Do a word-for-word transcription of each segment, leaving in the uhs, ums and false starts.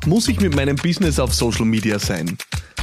Muss ich mit meinem Business auf Social Media sein?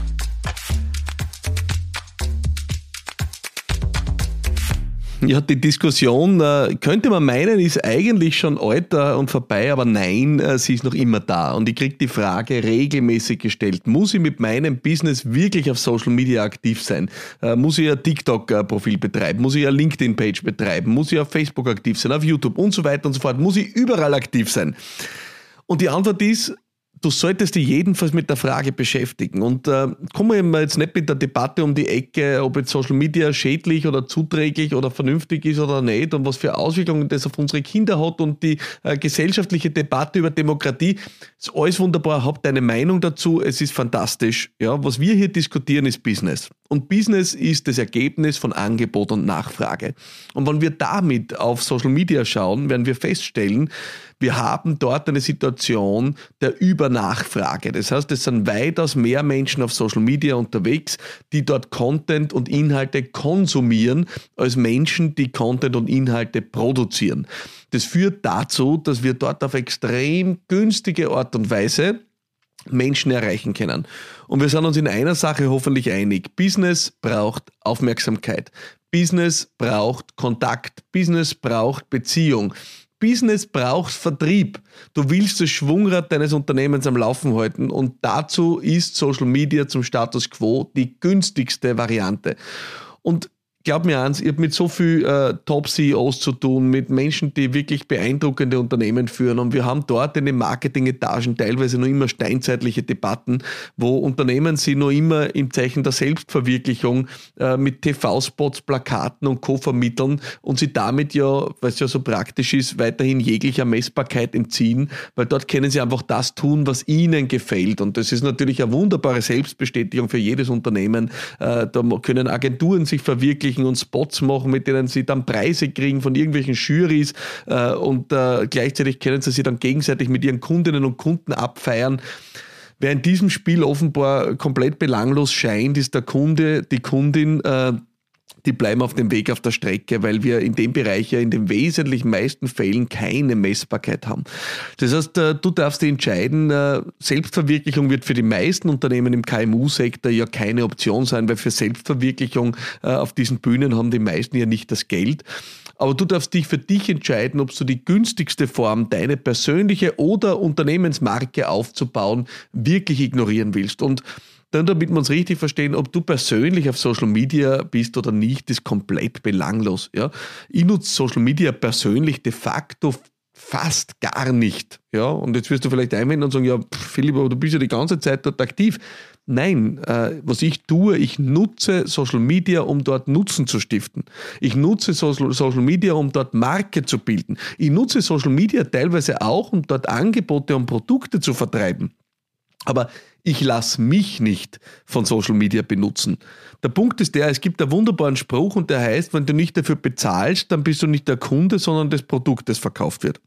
Ja, die Diskussion, äh, könnte man meinen, ist eigentlich schon alt äh, und vorbei, aber nein, äh, sie ist noch immer da. Und ich kriege die Frage regelmäßig gestellt, muss ich mit meinem Business wirklich auf Social Media aktiv sein? Äh, muss ich ein TikTok-Profil betreiben? Muss ich eine LinkedIn-Page betreiben? Muss ich auf Facebook aktiv sein? Auf YouTube und so weiter und so fort? Muss ich überall aktiv sein? Und die Antwort ist, du solltest dich jedenfalls mit der Frage beschäftigen. Und äh, kommen wir jetzt nicht mit der Debatte um die Ecke, ob jetzt Social Media schädlich oder zuträglich oder vernünftig ist oder nicht und was für Auswirkungen das auf unsere Kinder hat und die äh, gesellschaftliche Debatte über Demokratie. Ist alles wunderbar, habt eine Meinung dazu, es ist fantastisch. Ja, was wir hier diskutieren, ist Business. Und Business ist das Ergebnis von Angebot und Nachfrage. Und wenn wir damit auf Social Media schauen, werden wir feststellen, wir haben dort eine Situation der Übernachfrage. Das heißt, es sind weitaus mehr Menschen auf Social Media unterwegs, die dort Content und Inhalte konsumieren, als Menschen, die Content und Inhalte produzieren. Das führt dazu, dass wir dort auf extrem günstige Art und Weise Menschen erreichen können. Und wir sind uns in einer Sache hoffentlich einig. Business braucht Aufmerksamkeit. Business braucht Kontakt. Business braucht Beziehung. Business braucht Vertrieb. Du willst das Schwungrad deines Unternehmens am Laufen halten und dazu ist Social Media zum Status Quo die günstigste Variante. Und glaub mir eins, ich habe mit so viel äh, Top-C E Os zu tun, mit Menschen, die wirklich beeindruckende Unternehmen führen und wir haben dort in den Marketing-Etagen teilweise noch immer steinzeitliche Debatten, wo Unternehmen sich noch immer im Zeichen der Selbstverwirklichung äh, mit T V-Spots, Plakaten und Co. vermitteln und sie damit ja, weil es ja so praktisch ist, weiterhin jeglicher Messbarkeit entziehen, weil dort können sie einfach das tun, was ihnen gefällt und das ist natürlich eine wunderbare Selbstbestätigung für jedes Unternehmen. Äh, da können Agenturen sich verwirklichen und Spots machen, mit denen sie dann Preise kriegen von irgendwelchen Jurys äh, und äh, gleichzeitig können sie sich dann gegenseitig mit ihren Kundinnen und Kunden abfeiern. Wer in diesem Spiel offenbar komplett belanglos scheint, ist der Kunde, die Kundin, äh, die bleiben auf dem Weg auf der Strecke, weil wir in dem Bereich ja in den wesentlich meisten Fällen keine Messbarkeit haben. Das heißt, du darfst dich entscheiden, Selbstverwirklichung wird für die meisten Unternehmen im K M U-Sektor ja keine Option sein, weil für Selbstverwirklichung auf diesen Bühnen haben die meisten ja nicht das Geld. Aber du darfst dich für dich entscheiden, ob du die günstigste Form, deine persönliche oder Unternehmensmarke aufzubauen, wirklich ignorieren willst. Und dann, damit wir uns richtig verstehen, ob du persönlich auf Social Media bist oder nicht, ist komplett belanglos. Ja? Ich nutze Social Media persönlich de facto fast gar nicht. Ja? Und jetzt wirst du vielleicht einwenden und sagen, ja, pff, Philipp, aber du bist ja die ganze Zeit dort aktiv. Nein, äh, was ich tue, ich nutze Social Media, um dort Nutzen zu stiften. Ich nutze Social, Social Media, um dort Marke zu bilden. Ich nutze Social Media teilweise auch, um dort Angebote und Produkte zu vertreiben. Aber ich lasse mich nicht von Social Media benutzen. Der Punkt ist der, es gibt einen wunderbaren Spruch und der heißt, wenn du nicht dafür bezahlst, dann bist du nicht der Kunde, sondern das Produkt, das verkauft wird.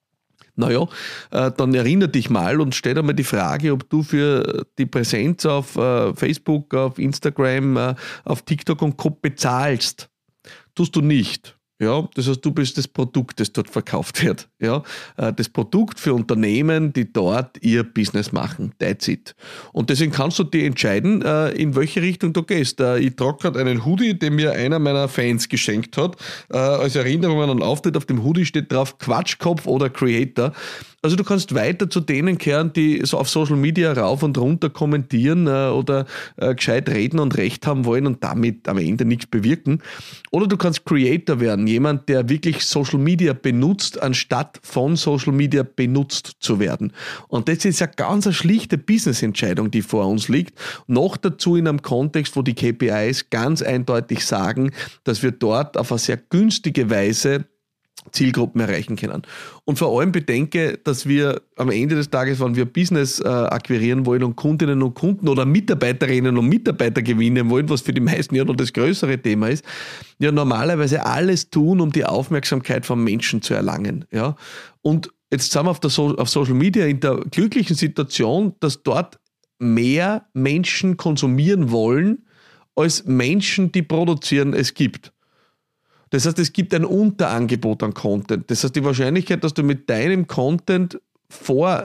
Naja, äh, dann erinnere dich mal und stell dir mal die Frage, ob du für die Präsenz auf äh, Facebook, auf Instagram, äh, auf TikTok und Co. bezahlst. Tust du nicht. Ja, das heißt, du bist das Produkt, das dort verkauft wird. Ja, das Produkt für Unternehmen, die dort ihr Business machen. That's it. Und deswegen kannst du dir entscheiden, in welche Richtung du gehst. Ich trage gerade einen Hoodie, den mir einer meiner Fans geschenkt hat. Als Erinnerung an einen Auftritt auf dem Hoodie steht drauf Quatschkopf oder Creator. Also du kannst weiter zu denen kehren, die so auf Social Media rauf und runter kommentieren äh, oder äh, gescheit reden und Recht haben wollen und damit am Ende nichts bewirken. Oder du kannst Creator werden, jemand, der wirklich Social Media benutzt, anstatt von Social Media benutzt zu werden. Und das ist eine ganz eine schlichte Business-Entscheidung, die vor uns liegt. Noch dazu in einem Kontext, wo die K P Is ganz eindeutig sagen, dass wir dort auf eine sehr günstige Weise Zielgruppen erreichen können. Und vor allem bedenke, dass wir am Ende des Tages, wenn wir Business äh, akquirieren wollen und Kundinnen und Kunden oder Mitarbeiterinnen und Mitarbeiter gewinnen wollen, was für die meisten ja noch das größere Thema ist, ja normalerweise alles tun, um die Aufmerksamkeit von Menschen zu erlangen. Ja? Und jetzt sind wir auf, der so- auf Social Media in der glücklichen Situation, dass dort mehr Menschen konsumieren wollen, als Menschen, die produzieren, es gibt. Das heißt, es gibt ein Unterangebot an Content. Das heißt, die Wahrscheinlichkeit, dass du mit deinem Content vor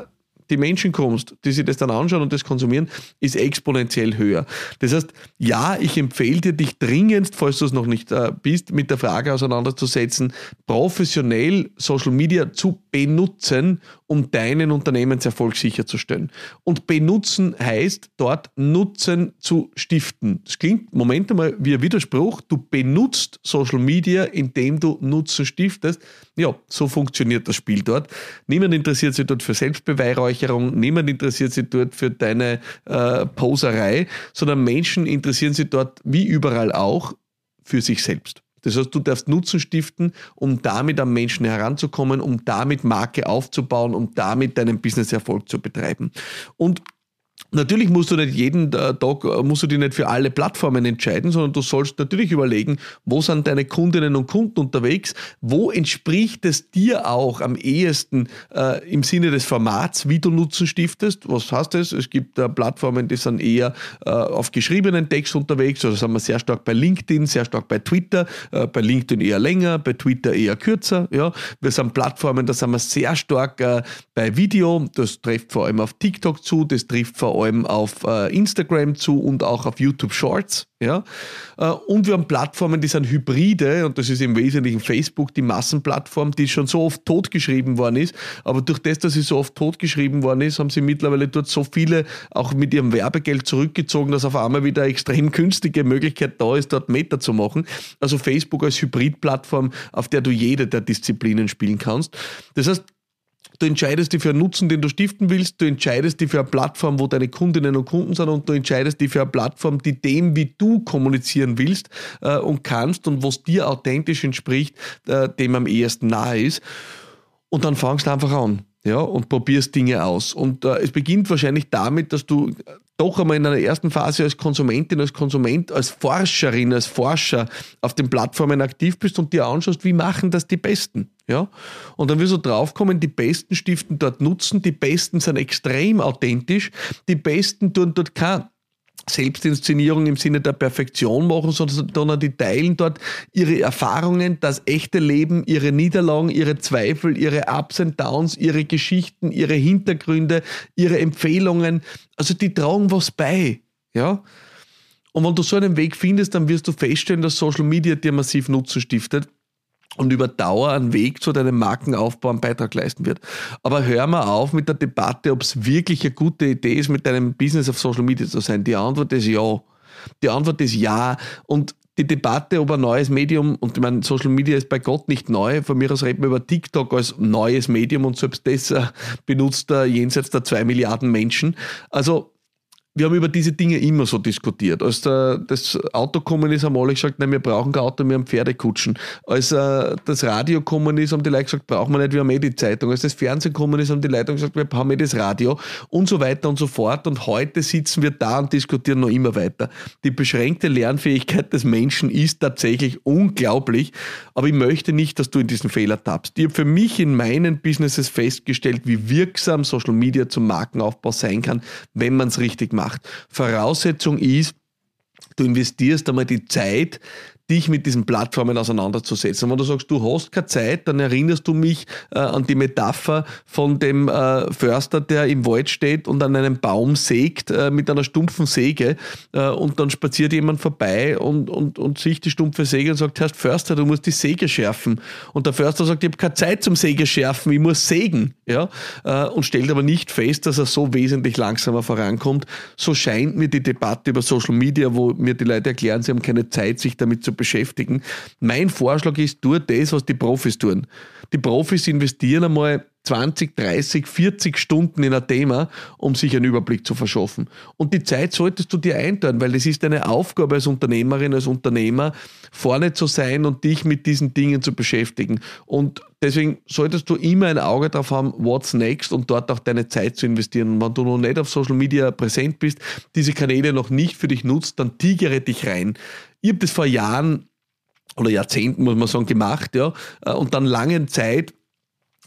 die Menschen kommst, die sich das dann anschauen und das konsumieren, ist exponentiell höher. Das heißt, ja, ich empfehle dir, dich dringendst, falls du es noch nicht äh, bist, mit der Frage auseinanderzusetzen, professionell Social Media zu benutzen, um deinen Unternehmenserfolg sicherzustellen. Und benutzen heißt, dort Nutzen zu stiften. Das klingt, Moment einmal, wie ein Widerspruch. Du benutzt Social Media, indem du Nutzen stiftest. Ja, so funktioniert das Spiel dort. Niemand interessiert sich dort für Selbstbeweihräucherung, niemand interessiert sich dort für deine äh, Poserei, sondern Menschen interessieren sich dort, wie überall auch, für sich selbst. Das heißt, du darfst Nutzen stiften, um damit am Menschen heranzukommen, um damit Marke aufzubauen, um damit deinen Businesserfolg zu betreiben. Und natürlich musst du nicht jeden Tag, musst du dich nicht für alle Plattformen entscheiden, sondern du sollst natürlich überlegen, wo sind deine Kundinnen und Kunden unterwegs, wo entspricht es dir auch am ehesten äh, im Sinne des Formats, wie du Nutzen stiftest. Was heißt das? Es gibt äh, Plattformen, die sind eher äh, auf geschriebenen Text unterwegs, also sind wir sehr stark bei LinkedIn, sehr stark bei Twitter, äh, bei LinkedIn eher länger, bei Twitter eher kürzer. Ja. Wir sind Plattformen, da sind wir sehr stark äh, bei Video, das trifft vor allem auf TikTok zu, das trifft vor allem auf äh, Instagram zu und auch auf YouTube Shorts. Ja? Äh, und wir haben Plattformen, die sind Hybride und das ist im Wesentlichen Facebook, die Massenplattform, die schon so oft totgeschrieben worden ist. Aber durch das, dass sie so oft totgeschrieben worden ist, haben sie mittlerweile dort so viele auch mit ihrem Werbegeld zurückgezogen, dass auf einmal wieder eine extrem günstige Möglichkeit da ist, dort Meta zu machen. Also Facebook als Hybridplattform, auf der du jede der Disziplinen spielen kannst. Das heißt, du entscheidest dich für einen Nutzen, den du stiften willst, du entscheidest dich für eine Plattform, wo deine Kundinnen und Kunden sind und du entscheidest dich für eine Plattform, die dem, wie du kommunizieren willst äh, und kannst und was dir authentisch entspricht, äh, dem am ehesten nahe ist. Und dann fangst du einfach an, ja, und probierst Dinge aus. Und äh, es beginnt wahrscheinlich damit, dass du doch einmal in einer ersten Phase als Konsumentin, als Konsument, als Forscherin, als Forscher auf den Plattformen aktiv bist und dir anschaust, wie machen das die Besten. Ja? Und dann wirst du draufkommen, die Besten stiften dort Nutzen, die Besten sind extrem authentisch, die Besten tun dort kein Selbstinszenierung im Sinne der Perfektion machen, sondern die teilen dort ihre Erfahrungen, das echte Leben, ihre Niederlagen, ihre Zweifel, ihre Ups and Downs, ihre Geschichten, ihre Hintergründe, ihre Empfehlungen. Also die tragen was bei. Ja? Und wenn du so einen Weg findest, dann wirst du feststellen, dass Social Media dir massiv Nutzen stiftet und über Dauer einen Weg zu deinem Markenaufbau einen Beitrag leisten wird. Aber hör mal auf mit der Debatte, ob es wirklich eine gute Idee ist, mit deinem Business auf Social Media zu sein. Die Antwort ist ja. Die Antwort ist ja. Und die Debatte, ob ein neues Medium, und ich meine, Social Media ist bei Gott nicht neu, von mir aus reden wir über TikTok als neues Medium und selbst das äh, benutzt äh, jenseits der zwei Milliarden Menschen. Also wir haben über diese Dinge immer so diskutiert. Als der, das Auto gekommen ist, haben alle gesagt, nein, wir brauchen kein Auto, wir haben Pferdekutschen. Als äh, das Radio gekommen ist, haben die Leute gesagt, brauchen wir nicht, wir haben eh die Zeitung. Als das Fernsehen gekommen ist, haben die Leute gesagt, wir haben eh das Radio und so weiter und so fort. Und heute sitzen wir da und diskutieren noch immer weiter. Die beschränkte Lernfähigkeit des Menschen ist tatsächlich unglaublich, aber ich möchte nicht, dass du in diesen Fehler tappst. Ich habe für mich in meinen Businesses festgestellt, wie wirksam Social Media zum Markenaufbau sein kann, wenn man es richtig macht. Voraussetzung ist, du investierst einmal die Zeit, dich mit diesen Plattformen auseinanderzusetzen. Und wenn du sagst, du hast keine Zeit, dann erinnerst du mich äh, an die Metapher von dem äh, Förster, der im Wald steht und an einem Baum sägt äh, mit einer stumpfen Säge äh, und dann spaziert jemand vorbei und, und, und sieht die stumpfe Säge und sagt, Herr Förster, du musst die Säge schärfen. Und der Förster sagt, ich habe keine Zeit zum Säge schärfen, ich muss sägen. Ja? Äh, und stellt aber nicht fest, dass er so wesentlich langsamer vorankommt. So scheint mir die Debatte über Social Media, wo mir die Leute erklären, sie haben keine Zeit, sich damit zu beschäftigen. Mein Vorschlag ist, tu das, was die Profis tun. Die Profis investieren einmal zwanzig, dreißig, vierzig Stunden in ein Thema, um sich einen Überblick zu verschaffen. Und die Zeit solltest du dir einteilen, weil das ist deine Aufgabe als Unternehmerin, als Unternehmer, vorne zu sein und dich mit diesen Dingen zu beschäftigen. Und deswegen solltest du immer ein Auge drauf haben, what's next, und dort auch deine Zeit zu investieren. Und wenn du noch nicht auf Social Media präsent bist, diese Kanäle noch nicht für dich nutzt, dann tigere dich rein. Ich habe das vor Jahren oder Jahrzehnten, muss man sagen, gemacht, ja, und dann langen Zeit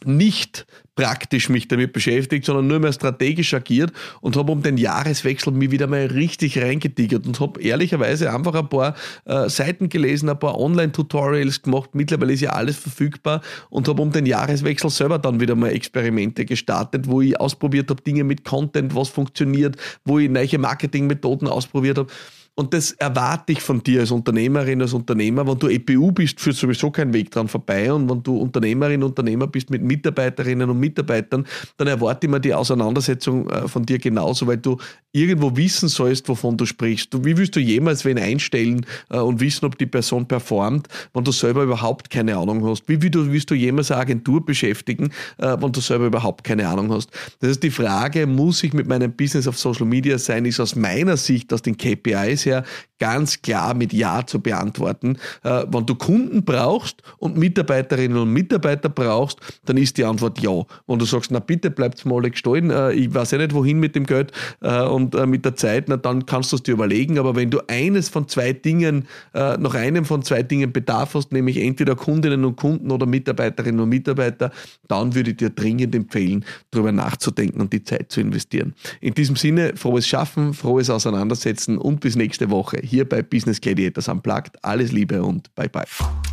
nicht praktisch mich damit beschäftigt, sondern nur mehr strategisch agiert und habe um den Jahreswechsel mich wieder mal richtig reingetiggert und habe ehrlicherweise einfach ein paar äh, Seiten gelesen, ein paar Online-Tutorials gemacht. Mittlerweile ist ja alles verfügbar und habe um den Jahreswechsel selber dann wieder mal Experimente gestartet, wo ich ausprobiert habe, Dinge mit Content, was funktioniert, wo ich neue Marketingmethoden ausprobiert habe. Und das erwarte ich von dir als Unternehmerin, als Unternehmer. Wenn du E P U bist, führt sowieso kein Weg dran vorbei. Und wenn du Unternehmerin, Unternehmer bist mit Mitarbeiterinnen und Mitarbeitern, dann erwarte ich mir die Auseinandersetzung von dir genauso, weil du irgendwo wissen sollst, wovon du sprichst. Du, wie willst du jemals wen einstellen und wissen, ob die Person performt, wenn du selber überhaupt keine Ahnung hast? Wie willst du jemals eine Agentur beschäftigen, wenn du selber überhaupt keine Ahnung hast? Das ist die Frage, muss ich mit meinem Business auf Social Media sein, ist aus meiner Sicht, aus den K P Is her, ganz klar mit Ja zu beantworten. Äh, wenn du Kunden brauchst und Mitarbeiterinnen und Mitarbeiter brauchst, dann ist die Antwort ja. Wenn du sagst, na bitte bleibt mal alle gestohlen, äh, ich weiß ja nicht wohin mit dem Geld äh, und äh, mit der Zeit, na dann kannst du es dir überlegen, aber wenn du eines von zwei Dingen, äh, nach einem von zwei Dingen Bedarf hast, nämlich entweder Kundinnen und Kunden oder Mitarbeiterinnen und Mitarbeiter, dann würde ich dir dringend empfehlen, darüber nachzudenken und die Zeit zu investieren. In diesem Sinne, frohes Schaffen, frohes Auseinandersetzen und bis nächste Woche hier bei Business Gladiators Unplugged. Alles Liebe und bye bye.